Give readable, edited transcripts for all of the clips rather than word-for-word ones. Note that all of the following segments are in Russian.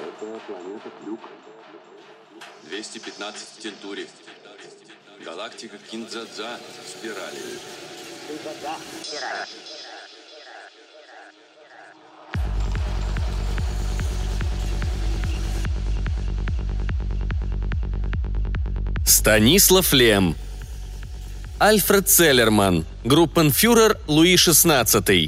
215 в Тентуре. Галактика Киндзадза в спирали. Станислав Лем. Альфред Целлерман. Группенфюрер Луи XVI.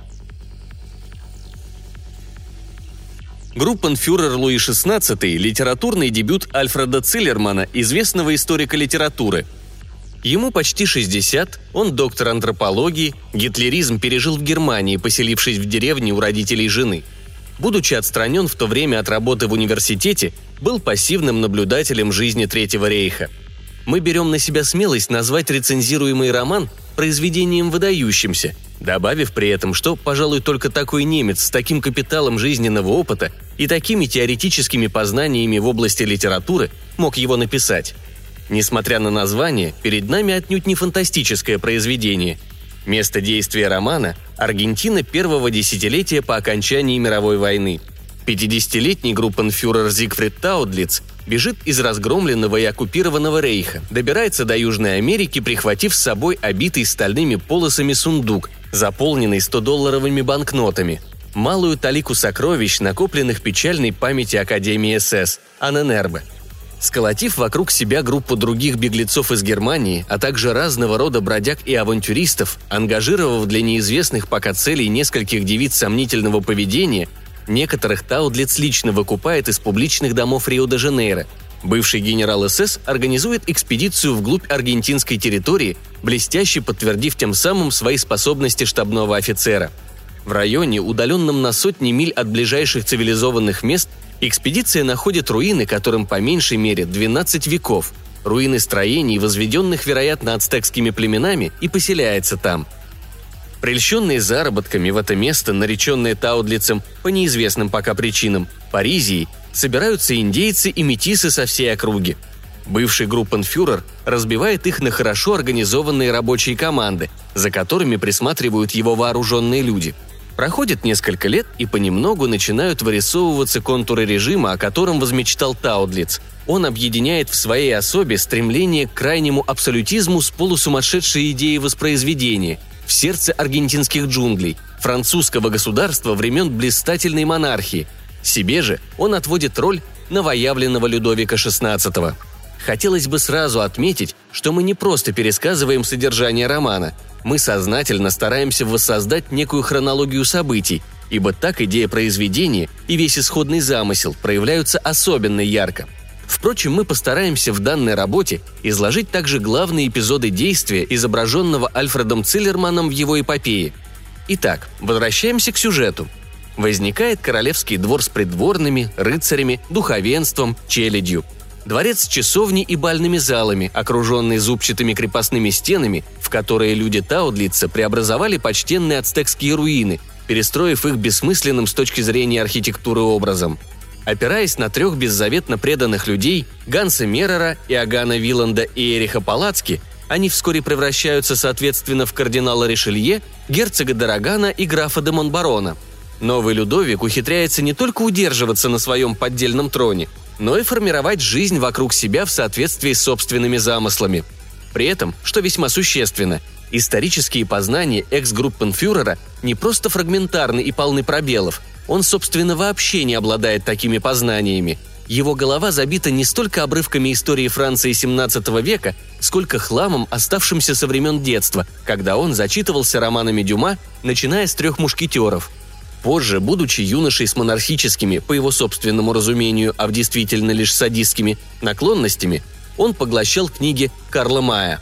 Группенфюрер Луи XVI – литературный дебют Альфреда Целлермана, известного историка литературы. Ему почти 60, он доктор антропологии, гитлеризм пережил в Германии, поселившись в деревне у родителей жены. Будучи отстранен в то время от работы в университете, был пассивным наблюдателем жизни Третьего рейха. Мы берем на себя смелость назвать рецензируемый роман произведением выдающимся, добавив при этом, что, пожалуй, только такой немец с таким капиталом жизненного опыта и такими теоретическими познаниями в области литературы мог его написать. Несмотря на название, перед нами отнюдь не фантастическое произведение. Место действия романа – Аргентина первого десятилетия по окончании мировой войны. 50-летний группенфюрер Зигфрид Таудлиц бежит из разгромленного и оккупированного рейха, добирается до Южной Америки, прихватив с собой обитый стальными полосами сундук, заполненный 100-долларовыми банкнотами, малую талику сокровищ, накопленных печальной памяти Академии СС, Анненербе. Сколотив вокруг себя группу других беглецов из Германии, а также разного рода бродяг и авантюристов, ангажировав для неизвестных пока целей нескольких девиц сомнительного поведения, некоторых Таудлиц лично выкупает из публичных домов Рио-де-Жанейро. Бывший генерал СС организует экспедицию вглубь аргентинской территории, блестяще подтвердив тем самым свои способности штабного офицера. В районе, удаленном на сотни миль от ближайших цивилизованных мест, экспедиция находит руины, которым по меньшей мере 12 веков, руины строений, возведенных, вероятно, ацтекскими племенами, и поселяется там. Прельщенные заработками в это место, нареченные Таудлицем по неизвестным пока причинам Паризией, собираются индейцы и метисы со всей округи. Бывший группенфюрер разбивает их на хорошо организованные рабочие команды, за которыми присматривают его вооруженные люди. Проходит несколько лет, и понемногу начинают вырисовываться контуры режима, о котором возмечтал Таудлиц. Он объединяет в своей особе стремление к крайнему абсолютизму с полусумасшедшей идеей воспроизведения в сердце аргентинских джунглей, французского государства времен блистательной монархии. Себе же он отводит роль новоявленного Людовика XVI. Хотелось бы сразу отметить, что мы не просто пересказываем содержание романа, мы сознательно стараемся воссоздать некую хронологию событий, ибо так идея произведения и весь исходный замысел проявляются особенно ярко. Впрочем, мы постараемся в данной работе изложить также главные эпизоды действия, изображенного Альфредом Целлерманом в его эпопее. Итак, возвращаемся к сюжету. Возникает королевский двор с придворными, рыцарями, духовенством, челядью. Дворец с часовней и бальными залами, окруженный зубчатыми крепостными стенами, в которые люди Таудлица преобразовали почтенные ацтекские руины, перестроив их бессмысленным с точки зрения архитектуры образом. Опираясь на трех беззаветно преданных людей – Ганса Мерера, Иоганна Виланда и Эриха Палацки, они вскоре превращаются соответственно в кардинала Ришелье, герцога де Рогана и графа де Монбарона. Новый Людовик ухитряется не только удерживаться на своем поддельном троне, но и формировать жизнь вокруг себя в соответствии с собственными замыслами. При этом, что весьма существенно, исторические познания экс-группенфюрера не просто фрагментарны и полны пробелов, он, собственно, вообще не обладает такими познаниями. Его голова забита не столько обрывками истории Франции XVII века, сколько хламом, оставшимся со времен детства, когда он зачитывался романами Дюма, начиная с «Трех мушкетеров». Позже, будучи юношей с монархическими, по его собственному разумению, а в действительно лишь садистскими, наклонностями, он поглощал книги Карла Мая.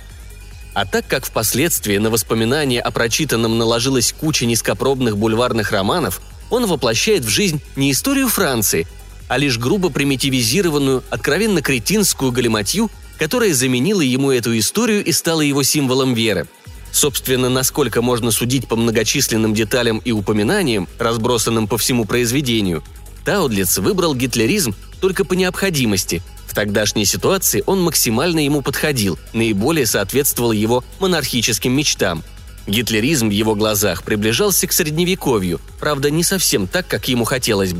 А так как впоследствии на воспоминания о прочитанном наложилась куча низкопробных бульварных романов, он воплощает в жизнь не историю Франции, а лишь грубо примитивизированную, откровенно кретинскую галиматью, которая заменила ему эту историю и стала его символом веры. Собственно, насколько можно судить по многочисленным деталям и упоминаниям, разбросанным по всему произведению, Таудлиц выбрал гитлеризм только по необходимости. В тогдашней ситуации он максимально ему подходил, наиболее соответствовал его монархическим мечтам. Гитлеризм в его глазах приближался к средневековью, правда, не совсем так, как ему хотелось бы.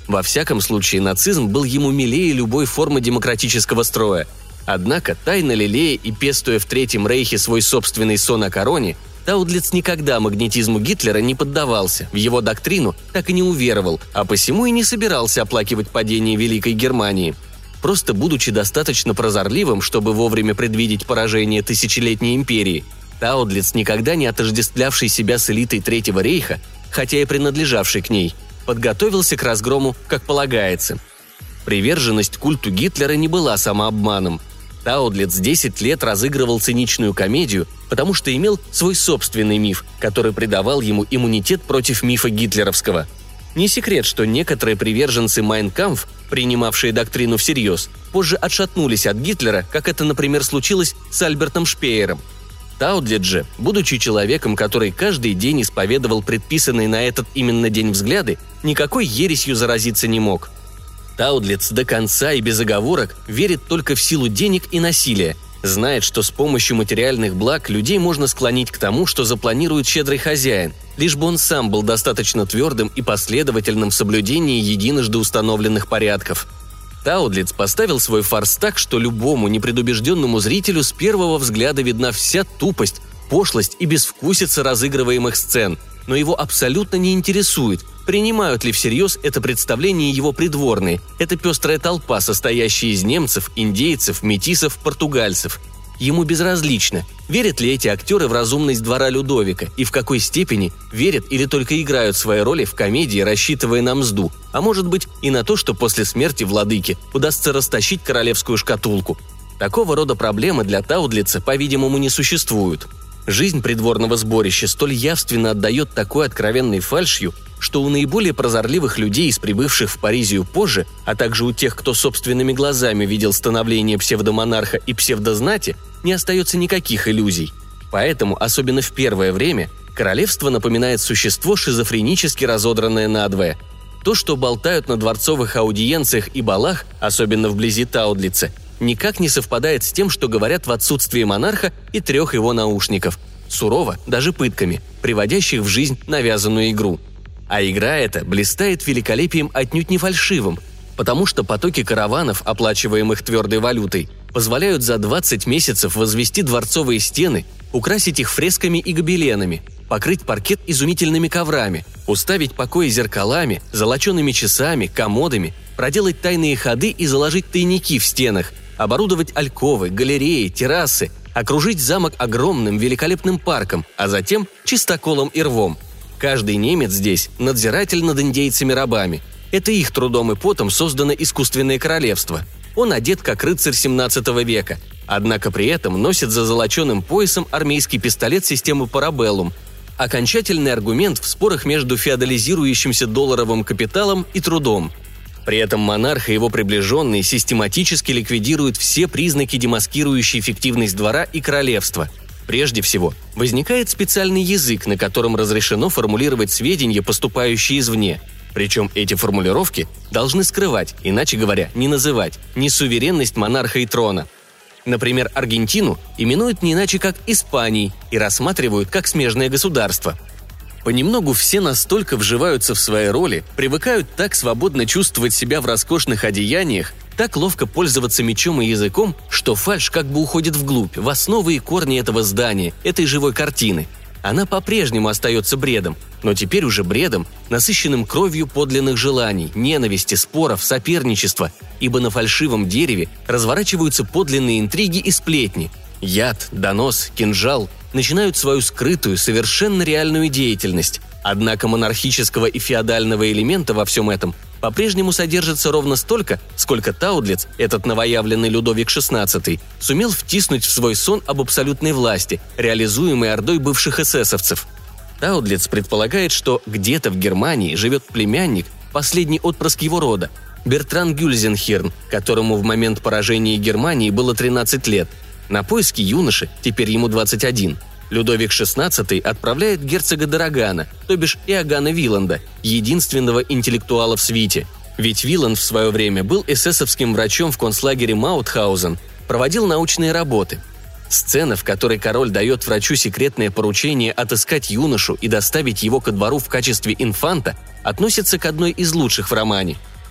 Во всяком случае, нацизм был ему милее любой формы демократического строя. Однако, тайно лелея и пестуя в Третьем Рейхе свой собственный сон о короне, Таудлиц никогда магнетизму Гитлера не поддавался, в его доктрину так и не уверовал, а посему и не собирался оплакивать падение Великой Германии. Просто будучи достаточно прозорливым, чтобы вовремя предвидеть поражение тысячелетней империи, Таудлиц, никогда не отождествлявший себя с элитой Третьего Рейха, хотя и принадлежавший к ней, подготовился к разгрому, как полагается. Приверженность культу Гитлера не была самообманом. Таудлиц 10 лет разыгрывал циничную комедию, потому что имел свой собственный миф, который придавал ему иммунитет против мифа гитлеровского. Не секрет, что некоторые приверженцы «Майн Кампф», принимавшие доктрину всерьез, позже отшатнулись от Гитлера, как это, например, случилось с Альбертом Шпеером. Таудлиц же, будучи человеком, который каждый день исповедовал предписанные на этот именно день взгляды, никакой ересью заразиться не мог. Таудлиц до конца и без оговорок верит только в силу денег и насилия, знает, что с помощью материальных благ людей можно склонить к тому, что запланирует щедрый хозяин, лишь бы он сам был достаточно твердым и последовательным в соблюдении единожды установленных порядков. Таудлиц поставил свой фарс так, что любому непредубежденному зрителю с первого взгляда видна вся тупость, пошлость и безвкусица разыгрываемых сцен, но его абсолютно не интересует, принимают ли всерьез это представление его придворные, эта пестрая толпа, состоящая из немцев, индейцев, метисов, португальцев. Ему безразлично, верят ли эти актеры в разумность двора Людовика и в какой степени верят или только играют свои роли в комедии, рассчитывая на мзду, а может быть и на то, что после смерти владыки удастся растащить королевскую шкатулку. Такого рода проблемы для Таудлица, по-видимому, не существуют. Жизнь придворного сборища столь явственно отдает такой откровенной фальшью, что у наиболее прозорливых людей из прибывших в Паризию позже, а также у тех, кто собственными глазами видел становление псевдомонарха и псевдознати, не остается никаких иллюзий. Поэтому, особенно в первое время, королевство напоминает существо, шизофренически разодранное надвое. То, что болтают на дворцовых аудиенциях и балах, особенно вблизи Таудлица, никак не совпадает с тем, что говорят в отсутствии монарха и 3 его наушников, сурово, даже пытками, приводящих в жизнь навязанную игру. А игра эта блистает великолепием отнюдь не фальшивым, потому что потоки караванов, оплачиваемых твердой валютой, позволяют за 20 месяцев возвести дворцовые стены, украсить их фресками и гобеленами, покрыть паркет изумительными коврами, уставить покои зеркалами, золочеными часами, комодами, проделать тайные ходы и заложить тайники в стенах, оборудовать альковы, галереи, террасы, окружить замок огромным великолепным парком, а затем чистоколом и рвом. Каждый немец здесь – надзиратель над индейцами-рабами. Это их трудом и потом создано искусственное королевство. Он одет как рыцарь 17 века, однако при этом носит за золоченым поясом армейский пистолет системы Парабеллум. Окончательный аргумент в спорах между феодализирующимся долларовым капиталом и трудом. При этом монарх и его приближенные систематически ликвидируют все признаки, демаскирующие эффективность двора и королевства. Прежде всего, возникает специальный язык, на котором разрешено формулировать сведения, поступающие извне. Причем эти формулировки должны скрывать, иначе говоря, не называть, ни суверенность монарха и трона. Например, Аргентину именуют не иначе как Испанией и рассматривают как смежное государство. Понемногу все настолько вживаются в свои роли, привыкают так свободно чувствовать себя в роскошных одеяниях, так ловко пользоваться мечом и языком, что фальшь как бы уходит вглубь, в основы и корни этого здания, этой живой картины. Она по-прежнему остается бредом, но теперь уже бредом, насыщенным кровью подлинных желаний, ненависти, споров, соперничества, ибо на фальшивом дереве разворачиваются подлинные интриги и сплетни. Яд, донос, кинжал начинают свою скрытую, совершенно реальную деятельность. Однако монархического и феодального элемента во всем этом по-прежнему содержится ровно столько, сколько Таудлиц, этот новоявленный Людовик XVI, сумел втиснуть в свой сон об абсолютной власти, реализуемой ордой бывших эсэсовцев. Таудлиц предполагает, что где-то в Германии живет племянник, последний отпрыск его рода, Бертран Гюльзенхирн, которому в момент поражения Германии было 13 лет. На поиски юноши, теперь ему 21, Людовик XVI отправляет герцога Дорогана, то бишь Иоганна Виланда, единственного интеллектуала в свите. Ведь Виланд в свое время был эсэсовским врачом в концлагере Маутхаузен, проводил научные работы. Сцена, в которой король дает врачу секретное поручение отыскать юношу и доставить его ко двору в качестве инфанта, относится к одной из лучших в романе.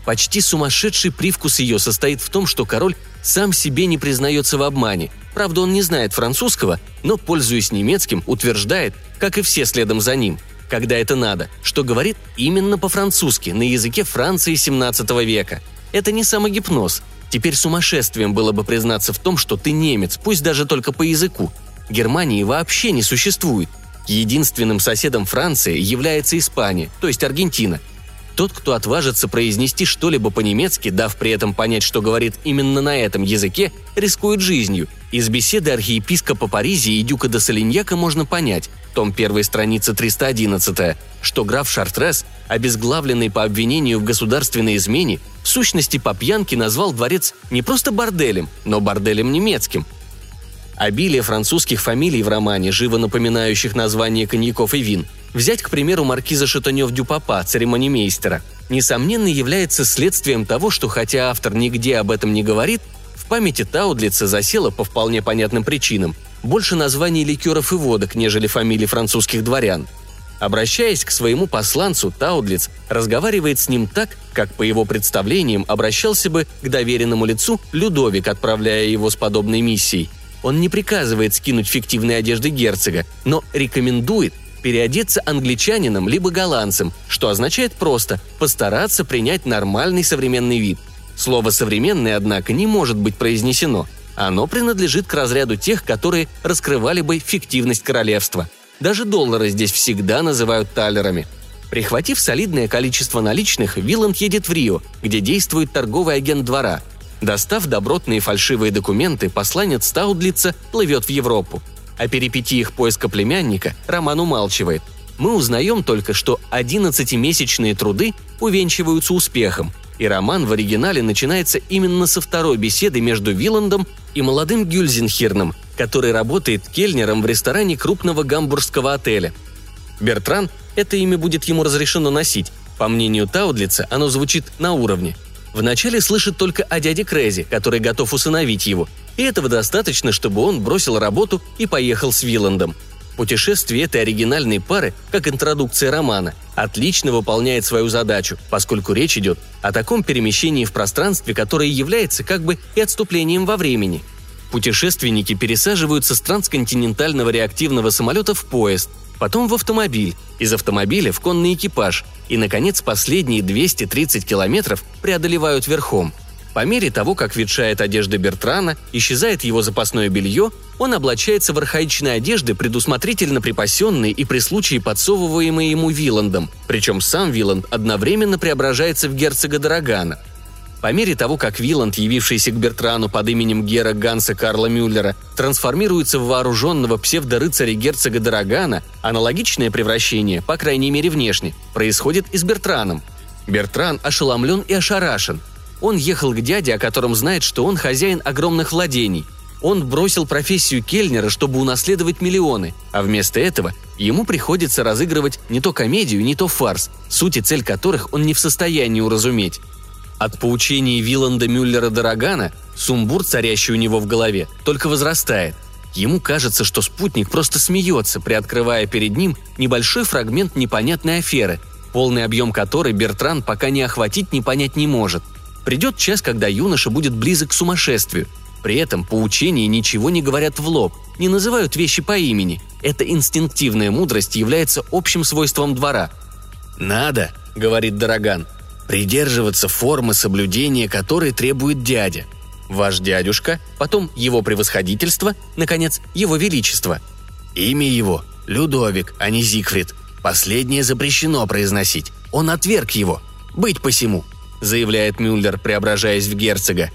Почти сумасшедший привкус ее состоит в том, что король сам себе не признается в обмане. Правда, он не знает французского, но, пользуясь немецким, утверждает, как и все следом за ним, когда это надо, что говорит именно по-французски, на языке Франции XVII века. Это не самогипноз. Теперь сумасшествием было бы признаться в том, что ты немец, пусть даже только по языку. Германии вообще не существует. Единственным соседом Франции является Испания, то есть Аргентина. Тот, кто отважится произнести что-либо по-немецки, дав при этом понять, что говорит именно на этом языке, рискует жизнью. Из беседы архиепископа Паризии и дюка де Солиньяка можно понять, том 1, страница 311, что граф Шартрес, обезглавленный по обвинению в государственной измене, в сущности по пьянке назвал дворец не просто борделем, но борделем немецким. Обилие французских фамилий в романе, живо напоминающих названия коньяков и вин, взять, к примеру, маркиза Шатонёв-дю-Папа, церемонимейстера, несомненно является следствием того, что хотя автор нигде об этом не говорит, в памяти Таудлица засело по вполне понятным причинам больше названий ликеров и водок, нежели фамилий французских дворян. Обращаясь к своему посланцу, Таудлиц разговаривает с ним так, как по его представлениям обращался бы к доверенному лицу Людовик, отправляя его с подобной миссией. Он не приказывает скинуть фиктивные одежды герцога, но рекомендует переодеться англичанином либо голландцем, что означает просто постараться принять нормальный современный вид. Слово «современный», однако, не может быть произнесено. Оно принадлежит к разряду тех, которые раскрывали бы фиктивность королевства. Даже доллары здесь всегда называют талерами. Прихватив солидное количество наличных, Виланд едет в Рио, где действует торговый агент двора. Достав добротные фальшивые документы, посланец Таудлица плывет в Европу. О перипетиях поиска племянника роман умалчивает. Мы узнаем только, что 11-месячные труды увенчиваются успехом, и роман в оригинале начинается именно со второй беседы между Виландом и молодым Гюльзенхирном, который работает кельнером в ресторане крупного гамбургского отеля. Бертран – это имя будет ему разрешено носить. По мнению Таудлица, оно звучит на уровне. Вначале слышит только о дяде Крэзи, который готов усыновить его, и этого достаточно, чтобы он бросил работу и поехал с Виландом. Путешествие этой оригинальной пары, как интродукция романа, отлично выполняет свою задачу, поскольку речь идет о таком перемещении в пространстве, которое является как бы и отступлением во времени. Путешественники пересаживаются с трансконтинентального реактивного самолета в поезд, потом в автомобиль, из автомобиля в конный экипаж и, наконец, последние 230 километров преодолевают верхом. По мере того, как ветшает одежда Бертрана, исчезает его запасное белье, он облачается в архаичные одежды, предусмотрительно припасенные и при случае подсовываемые ему Виландом, причем сам Виланд одновременно преображается в герцога Д'Арагана. По мере того, как Виланд, явившийся к Бертрану под именем Гера Ганса Карла Мюллера, трансформируется в вооруженного псевдорыцаря герцога Д'Арагана, аналогичное превращение, по крайней мере внешне, происходит и с Бертраном. Бертран ошеломлен и ошарашен. Он ехал к дяде, о котором знает, что он хозяин огромных владений. Он бросил профессию кельнера, чтобы унаследовать миллионы, а вместо этого ему приходится разыгрывать не то комедию, не то фарс, суть и цель которых он не в состоянии уразуметь. От поучений Виланда Мюллера Д'Арагана сумбур, царящий у него в голове, только возрастает. Ему кажется, что спутник просто смеется, приоткрывая перед ним небольшой фрагмент непонятной аферы, полный объем которой Бертран пока не охватить, не понять не может. Придет час, когда юноша будет близок к сумасшествию. При этом поучения ничего не говорят в лоб, не называют вещи по имени. Эта инстинктивная мудрость является общим свойством двора. «Надо, — говорит Д'Араган, — придерживаться формы соблюдения, которой требует дядя. Ваш дядюшка, потом его превосходительство, наконец, его величество. Имя его — Людовик, а не Зигфрид. Последнее запрещено произносить. Он отверг его. Быть посему», — заявляет Мюллер, преображаясь в герцога.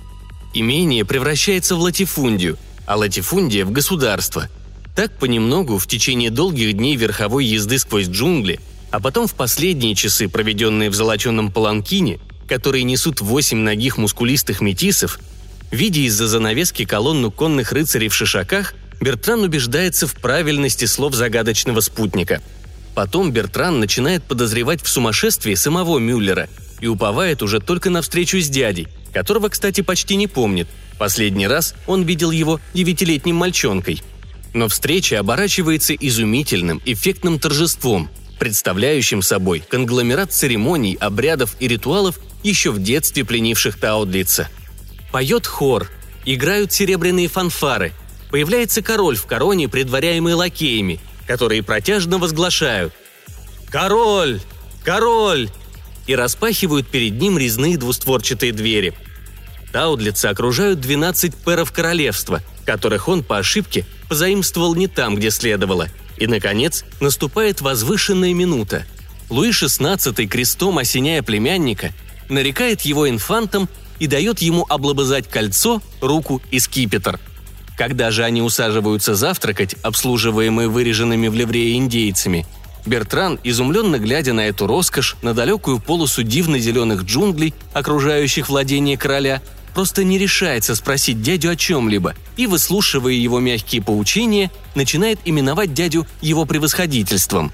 Имение превращается в латифундию, а латифундия — в государство. Так понемногу, в течение долгих дней верховой езды сквозь джунгли, а потом в последние часы, проведенные в золоченом паланкине, которые несут 8 нагих мускулистых метисов, видя из-за занавески колонну конных рыцарей в шишаках, Бертран убеждается в правильности слов загадочного спутника. Потом Бертран начинает подозревать в сумасшествии самого Мюллера и уповает уже только на встречу с дядей, которого, кстати, почти не помнит. Последний раз он видел его 9-летним мальчонкой. Но встреча оборачивается изумительным, эффектным торжеством. представляющим собой конгломерат церемоний, обрядов и ритуалов, еще в детстве пленивших Таудлица. Поет хор, играют серебряные фанфары, появляется король в короне, предваряемый лакеями, которые протяжно возглашают «Король! Король!» и распахивают перед ним резные двустворчатые двери. Таудлица окружают 12 пэров королевства, которых он по ошибке позаимствовал не там, где следовало. И, наконец, наступает возвышенная минута. Луи XVI, крестом осеняя племянника, нарекает его инфантом и дает ему облобызать кольцо, руку и скипетр. Когда же они усаживаются завтракать, обслуживаемые выреженными в ливрее индейцами, Бертран, изумленно глядя на эту роскошь, на далекую полосу дивно-зеленых джунглей, окружающих владение короля, просто не решается спросить дядю о чем-либо и, выслушивая его мягкие поучения, начинает именовать дядю его превосходительством.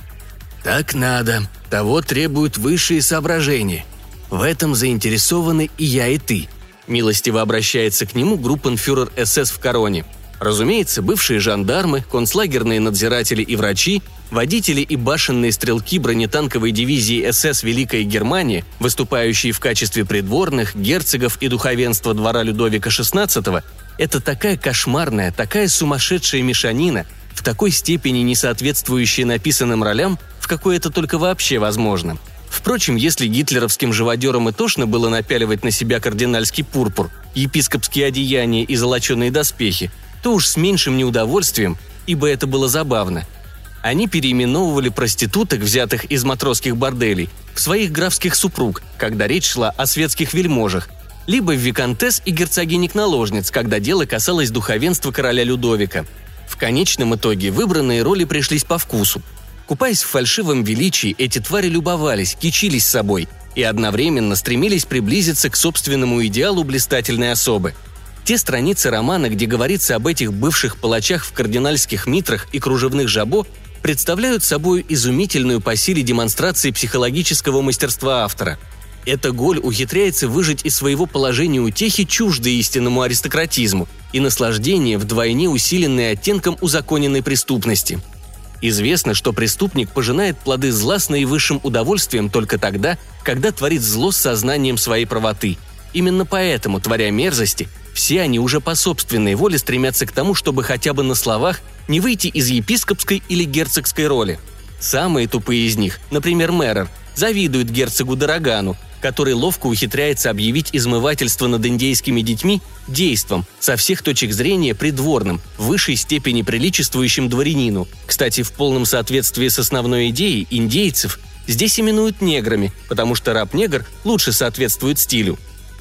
«Так надо, того требуют высшие соображения. В этом заинтересованы и я, и ты», – милостиво обращается к нему группенфюрер СС в короне. Разумеется, бывшие жандармы, концлагерные надзиратели и врачи, водители и башенные стрелки бронетанковой дивизии СС «Великая Германия», выступающие в качестве придворных, герцогов и духовенства двора Людовика XVI, это такая кошмарная, такая сумасшедшая мешанина, в такой степени не соответствующая написанным ролям, в какой это только вообще возможно. Впрочем, если гитлеровским живодерам и тошно было напяливать на себя кардинальский пурпур, епископские одеяния и золоченые доспехи, то уж с меньшим неудовольствием, ибо это было забавно. Они переименовывали проституток, взятых из матросских борделей, в своих графских супруг, когда речь шла о светских вельможах, либо в виконтесс и герцогинек-наложниц, когда дело касалось духовенства короля Людовика. В конечном итоге выбранные роли пришлись по вкусу. Купаясь в фальшивом величии, эти твари любовались, кичились собой и одновременно стремились приблизиться к собственному идеалу блистательной особы. Те страницы романа, где говорится об этих бывших палачах в кардинальских митрах и кружевных жабо, представляют собой изумительную по силе демонстрации психологического мастерства автора. Эта голь ухитряется выжать из своего положения утехи, чуждые истинному аристократизму, и наслаждение, вдвойне усиленное оттенком узаконенной преступности. Известно, что преступник пожинает плоды зла с наивысшим удовольствием только тогда, когда творит зло с сознанием своей правоты. Именно поэтому, творя мерзости, все они уже по собственной воле стремятся к тому, чтобы хотя бы на словах не выйти из епископской или герцогской роли. Самые тупые из них, например, Мерер, завидуют герцогу Д'Арагану, который ловко ухитряется объявить измывательство над индейскими детьми действом, со всех точек зрения придворным, в высшей степени приличествующим дворянину. Кстати, в полном соответствии с основной идеей индейцев здесь именуют неграми, потому что раб-негр лучше соответствует стилю.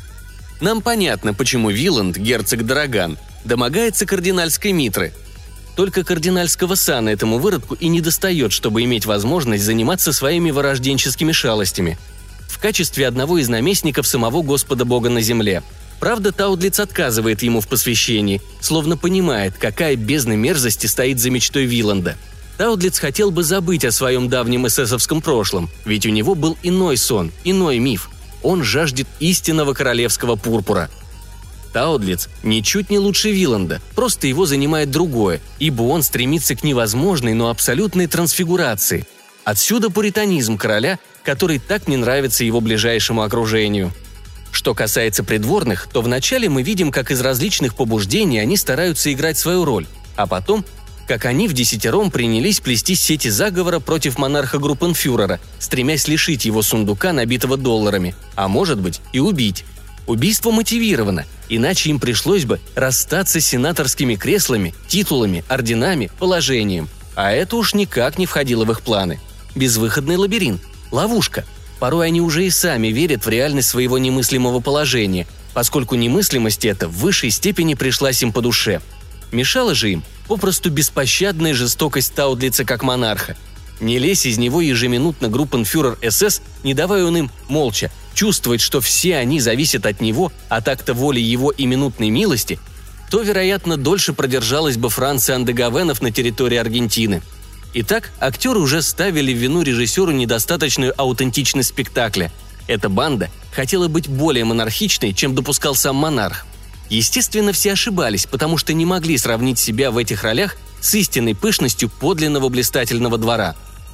Нам понятно, почему Виланд, герцог Д'Араган, домогается кардинальской митры. Только кардинальского сана этому выродку и недостает, чтобы иметь возможность заниматься своими вырожденческими шалостями. В качестве одного из наместников самого Господа Бога на земле. Правда, Таудлиц отказывает ему в посвящении, словно понимает, какая бездна мерзости стоит за мечтой Виланда. Таудлиц хотел бы забыть о своем давнем эсэсовском прошлом, ведь у него был иной сон, иной миф. Он жаждет истинного королевского пурпура. Таудлиц ничуть не лучше Виланда, просто его занимает другое, ибо он стремится к невозможной, но абсолютной трансфигурации. Отсюда пуританизм короля, который так не нравится его ближайшему окружению. Что касается придворных, то вначале мы видим, как из различных побуждений они стараются играть свою роль, а потом, как они вдесятером принялись плести сети заговора против монарха-группенфюрера, стремясь лишить его сундука, набитого долларами, а может быть и убить. Убийство мотивировано, иначе им пришлось бы расстаться с сенаторскими креслами, титулами, орденами, положением, а это уж никак не входило в их планы. Безвыходный лабиринт, ловушка. Порой они уже и сами верят в реальность своего немыслимого положения, поскольку немыслимость эта в высшей степени пришлась им по душе. Мешала же им попросту беспощадная жестокость Таудлица как монарха. Не лезь из него ежеминутно группенфюрер СС, не давая он им, молча, чувствовать, что все они зависят от него, от акта воли его и минутной милости, то, вероятно, дольше продержалась бы Франция Андегавенов на территории Аргентины. Итак, актеры уже ставили в вину режиссеру недостаточную аутентичность спектакля. Эта банда хотела быть более монархичной, чем допускал сам монарх. Естественно, все ошибались, потому что не могли сравнить себя в этих ролях с истинной пышностью подлинного блистательного двора.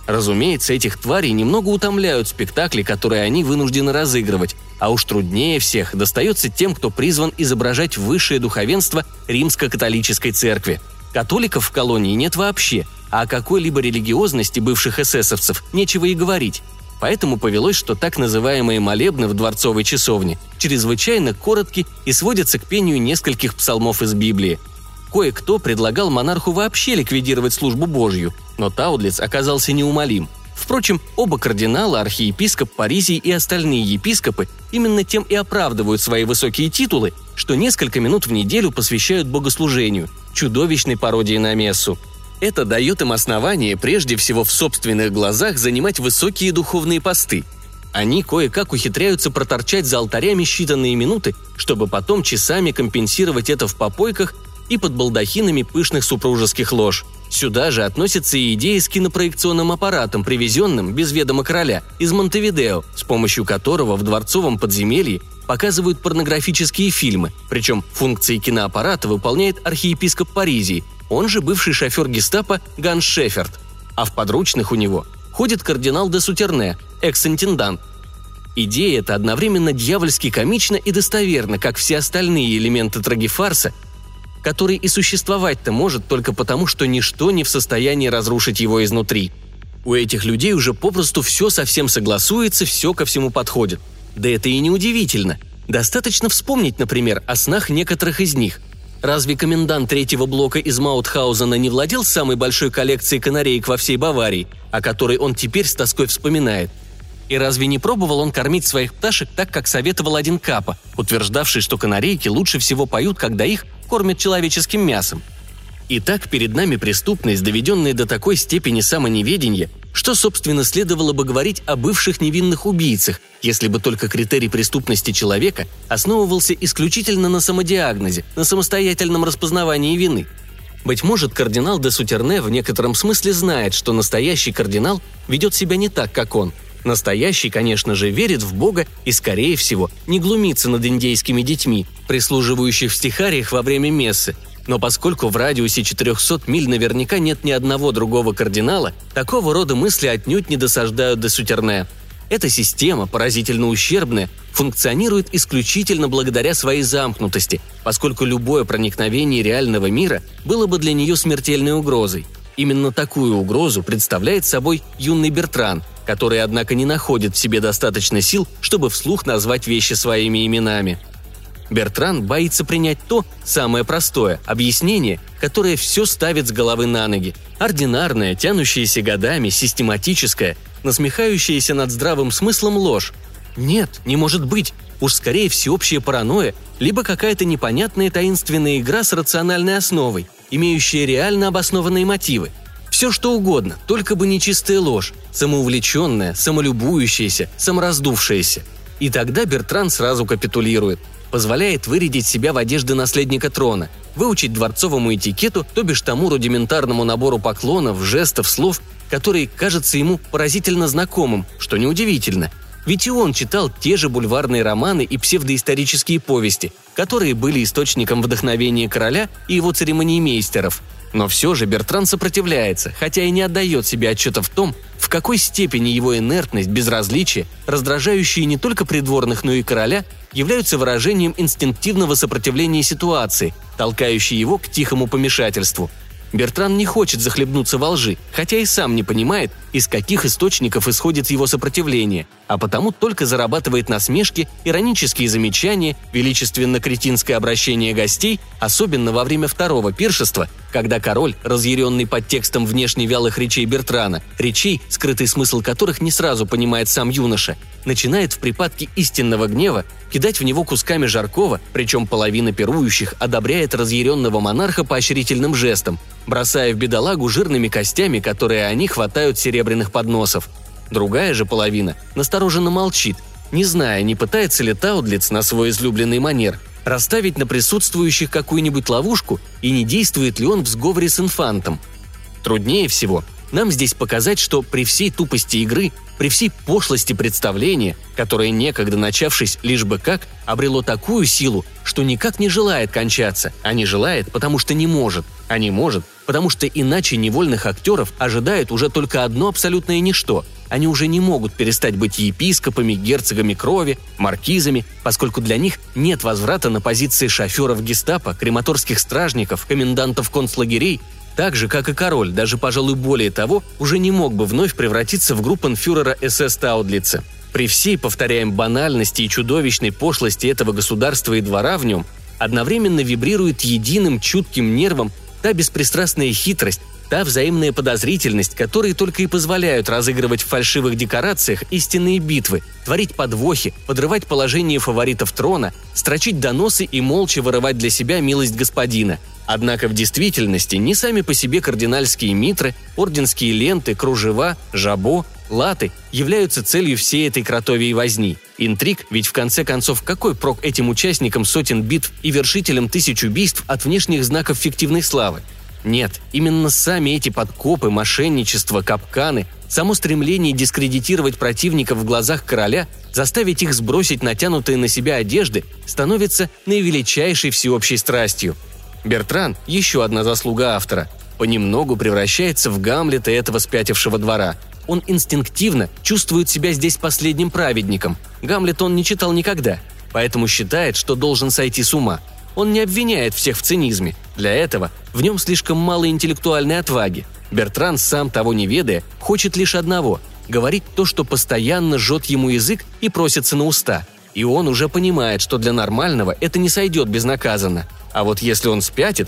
Разумеется, этих тварей немного утомляют спектакли, которые они вынуждены разыгрывать, а уж труднее всех достается тем, кто призван изображать высшее духовенство римско-католической церкви. Католиков в колонии нет вообще, а о какой-либо религиозности бывших эсэсовцев нечего и говорить. Поэтому повелось, что так называемые молебны в дворцовой часовне чрезвычайно коротки и сводятся к пению нескольких псалмов из Библии. Кое-кто предлагал монарху вообще ликвидировать службу Божью, но Таудлиц оказался неумолим. Впрочем, оба кардинала, архиепископ Паризий и остальные епископы, именно тем и оправдывают свои высокие титулы, что несколько минут в неделю посвящают богослужению, чудовищной пародии на мессу. Это дает им основание прежде всего в собственных глазах занимать высокие духовные посты. Они кое-как ухитряются проторчать за алтарями считанные минуты, чтобы потом часами компенсировать это в попойках и под балдахинами пышных супружеских лож. Сюда же относятся и идеи с кинопроекционным аппаратом, привезенным, без ведома короля, из Монтевидео, с помощью которого в дворцовом подземелье показывают порнографические фильмы, причем функции киноаппарата выполняет архиепископ Паризий, он же бывший шофер гестапо Ганс Шеферд. А в подручных у него ходит кардинал де Сутерне, экс-интендант. Идея эта одновременно дьявольски комична и достоверна, как все остальные элементы трагифарса, который и существовать-то может только потому, что ничто не в состоянии разрушить его изнутри. У этих людей уже попросту все совсем согласуется, все ко всему подходит. Да это и не удивительно. Достаточно вспомнить, например, о снах некоторых из них. Разве комендант третьего блока из Маутхаузена не владел самой большой коллекцией канареек во всей Баварии, о которой он теперь с тоской вспоминает? И разве не пробовал он кормить своих пташек так, как советовал один Капа, утверждавший, что канарейки лучше всего поют, когда их кормят человеческим мясом? Итак, перед нами преступность, доведенная до такой степени самоневедения, что, собственно, следовало бы говорить о бывших невинных убийцах, если бы только критерий преступности человека основывался исключительно на самодиагнозе, на самостоятельном распознавании вины. Быть может, кардинал де Сутерне в некотором смысле знает, что настоящий кардинал ведет себя не так, как он. Настоящий, конечно же, верит в Бога и, скорее всего, не глумится над индейскими детьми, прислуживающих в стихариях во время мессы. Но поскольку в радиусе 400 миль наверняка нет ни одного другого кардинала, такого рода мысли отнюдь не досаждают де Сутерне. Эта система, поразительно ущербная, функционирует исключительно благодаря своей замкнутости, поскольку любое проникновение реального мира было бы для нее смертельной угрозой. Именно такую угрозу представляет собой юный Бертран, который, однако, не находит в себе достаточно сил, чтобы вслух назвать вещи своими именами. Бертран боится принять то самое простое объяснение, которое все ставит с головы на ноги. Ординарное, тянущееся годами, систематическое, насмехающееся над здравым смыслом ложь. Нет, не может быть. Уж скорее всеобщая паранойя, либо какая-то непонятная таинственная игра с рациональной основой, имеющая реально обоснованные мотивы. Все что угодно, только бы не чистая ложь, самоувлеченная, самолюбующаяся, самораздувшаяся. И тогда Бертран сразу капитулирует. Позволяет вырядить себя в одежды наследника трона, выучить дворцовому этикету, то бишь тому рудиментарному набору поклонов, жестов, слов, который кажется ему поразительно знакомым, что неудивительно. Ведь и он читал те же бульварные романы и псевдоисторические повести, которые были источником вдохновения короля и его церемониймейстеров. Но все же Бертран сопротивляется, хотя и не отдает себе отчета в том, в какой степени его инертность, безразличие, раздражающие не только придворных, но и короля, являются выражением инстинктивного сопротивления ситуации, толкающей его к тихому помешательству. Бертран не хочет захлебнуться во лжи, хотя и сам не понимает, из каких источников исходит его сопротивление, а потому только зарабатывает насмешки, иронические замечания, величественно-кретинское обращение гостей, особенно во время второго пиршества, когда король, разъяренный под текстом внешне вялых речей Бертрана, речей, скрытый смысл которых не сразу понимает сам юноша, начинает в припадке истинного гнева кидать в него кусками жаркого, причем половина пирующих одобряет разъяренного монарха поощрительным жестом, бросая в бедолагу жирными костями, которые они хватают с серебряных подносов. Другая же половина настороженно молчит, не зная, не пытается ли Таудлиц на свой излюбленный манер расставить на присутствующих какую-нибудь ловушку и не действует ли он в сговоре с инфантом. Труднее всего нам здесь показать, что при всей тупости игры, при всей пошлости представления, которое некогда начавшись лишь бы как, обрело такую силу, что никак не желает кончаться, а не желает, потому что не может, а не может, потому что иначе невольных актеров ожидает уже только одно абсолютное ничто. Они уже не могут перестать быть епископами, герцогами крови, маркизами, поскольку для них нет возврата на позиции шоферов гестапо, крематорских стражников, комендантов концлагерей, так же, как и король, даже, пожалуй, более того, уже не мог бы вновь превратиться в группенфюрера СС Таудлица. При всей, повторяем, банальности и чудовищной пошлости этого государства и двора в нем одновременно вибрирует единым чутким нервом та беспристрастная хитрость, та взаимная подозрительность, которые только и позволяют разыгрывать в фальшивых декорациях истинные битвы, творить подвохи, подрывать положение фаворитов трона, строчить доносы и молча вырывать для себя милость господина. Однако в действительности ни сами по себе кардинальские митры, орденские ленты, кружева, жабо, латы являются целью всей этой кротовьей возни. Интриг, ведь в конце концов какой прок этим участникам сотен битв и вершителям тысяч убийств от внешних знаков фиктивной славы? Нет, именно сами эти подкопы, мошенничество, капканы, само стремление дискредитировать противников в глазах короля, заставить их сбросить натянутые на себя одежды, становится наивеличайшей всеобщей страстью. Бертран, еще одна заслуга автора, понемногу превращается в Гамлета этого спятившего двора. Он инстинктивно чувствует себя здесь последним праведником. Гамлет он не читал никогда, поэтому считает, что должен сойти с ума. Он не обвиняет всех в цинизме. Для этого в нем слишком мало интеллектуальной отваги. Бертран, сам того не ведая, хочет лишь одного – говорить то, что постоянно жжет ему язык и просится на уста. И он уже понимает, что для нормального это не сойдет безнаказанно. А вот если он спятит,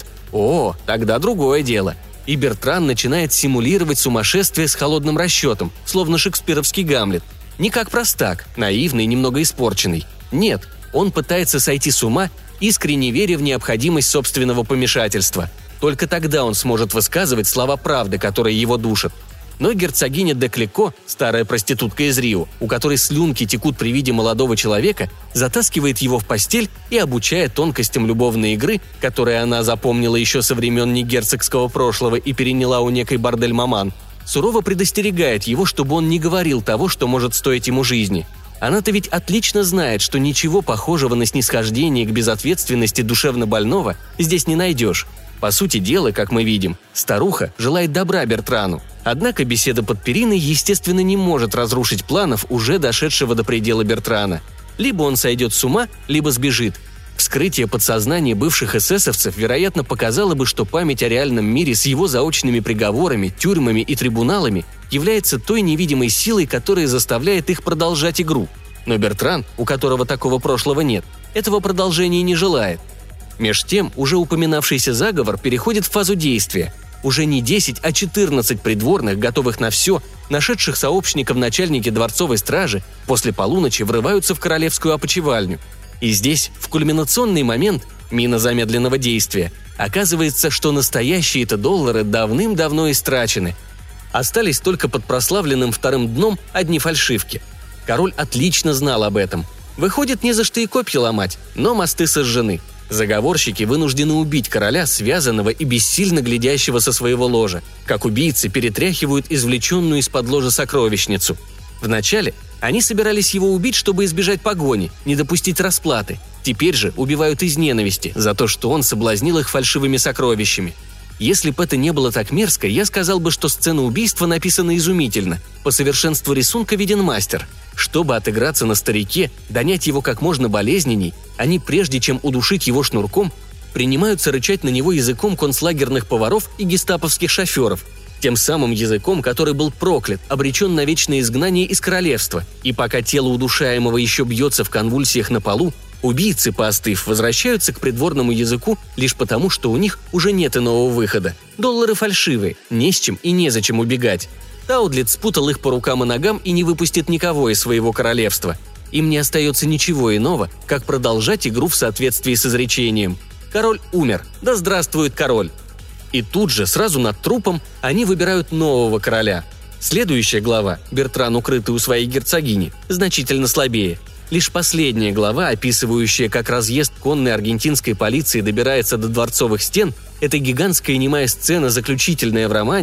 тогда другое дело. И Бертран начинает симулировать сумасшествие с холодным расчетом, словно шекспировский Гамлет. Не как простак, наивный и немного испорченный. Нет, он пытается сойти с ума, искренне веря в необходимость собственного помешательства. Только тогда он сможет высказывать слова правды, которые его душат. Но герцогиня де Клико, старая проститутка из Рио, у которой слюнки текут при виде молодого человека, затаскивает его в постель и обучает тонкостям любовной игры, которые она запомнила еще со времен негерцогского прошлого и переняла у некой бордель-маман, сурово предостерегает его, чтобы он не говорил того, что может стоить ему жизни. Она-то ведь отлично знает, что ничего похожего на снисхождение к безответственности душевно больного здесь не найдешь. По сути дела, как мы видим, старуха желает добра Бертрану. Однако беседа под периной, естественно, не может разрушить планов уже дошедшего до предела Бертрана. Либо он сойдет с ума, либо сбежит. Вскрытие подсознания бывших эсэсовцев, вероятно, показало бы, что память о реальном мире с его заочными приговорами, тюрьмами и трибуналами является той невидимой силой, которая заставляет их продолжать игру. Но Бертран, у которого такого прошлого нет, этого продолжения не желает. Меж тем, уже упоминавшийся заговор переходит в фазу действия. Уже не 10, а 14 придворных, готовых на все, нашедших сообщников начальники дворцовой стражи, после полуночи врываются в королевскую опочивальню. И здесь, в кульминационный момент, мина замедленного действия, оказывается, что настоящие-то доллары давным-давно истрачены. Остались только под прославленным вторым дном одни фальшивки. Король отлично знал об этом. Выходит, не за что и копья ломать, но мосты сожжены. Заговорщики вынуждены убить короля, связанного и бессильно глядящего со своего ложа, как убийцы перетряхивают извлеченную из-под ложа сокровищницу. Вначале они собирались его убить, чтобы избежать погони, не допустить расплаты. Теперь же убивают из ненависти за то, что он соблазнил их фальшивыми сокровищами. Если бы это не было так мерзко, я сказал бы, что сцена убийства написана изумительно. По совершенству рисунка виден мастер. Чтобы отыграться на старике, донять его как можно болезненней, они, прежде чем удушить его шнурком, принимаются рычать на него языком концлагерных поваров и гестаповских шоферов, тем самым языком, который был проклят, обречен на вечное изгнание из королевства, и пока тело удушаемого еще бьется в конвульсиях на полу, убийцы, поостыв, возвращаются к придворному языку лишь потому, что у них уже нет иного выхода. Доллары фальшивые, не с чем и незачем убегать. Таудлиц спутал их по рукам и ногам и не выпустит никого из своего королевства. Им не остается ничего иного, как продолжать игру в соответствии с изречением. Король умер, да здравствует король. И тут же, сразу над трупом, они выбирают нового короля. Следующая глава, Бертран, укрытый у своей герцогини, значительно слабее. Лишь последняя глава, описывающая, как разъезд конной аргентинской полиции добирается до дворцовых стен, эта гигантская немая сцена, заключительная в романе,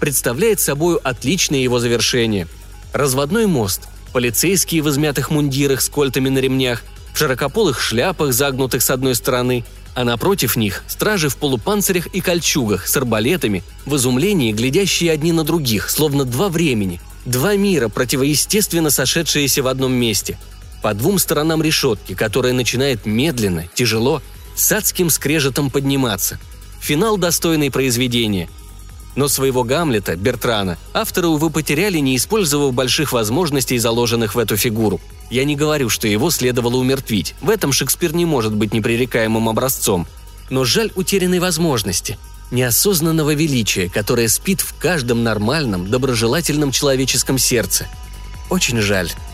представляет собою отличное его завершение. Разводной мост, полицейские в измятых мундирах с кольтами на ремнях, в широкополых шляпах, загнутых с одной стороны, а напротив них стражи в полупанцирях и кольчугах с арбалетами, в изумлении глядящие одни на других, словно два времени, два мира, противоестественно сошедшиеся в одном месте. По двум сторонам решетки, которая начинает медленно, тяжело, с адским скрежетом подниматься. Финал достойный произведения. Но своего Гамлета, Бертрана, авторы, увы, потеряли, не использовав больших возможностей, заложенных в эту фигуру. Я не говорю, что его следовало умертвить. В этом Шекспир не может быть непререкаемым образцом. Но жаль утерянной возможности, неосознанного величия, которое спит в каждом нормальном, доброжелательном человеческом сердце. Очень жаль.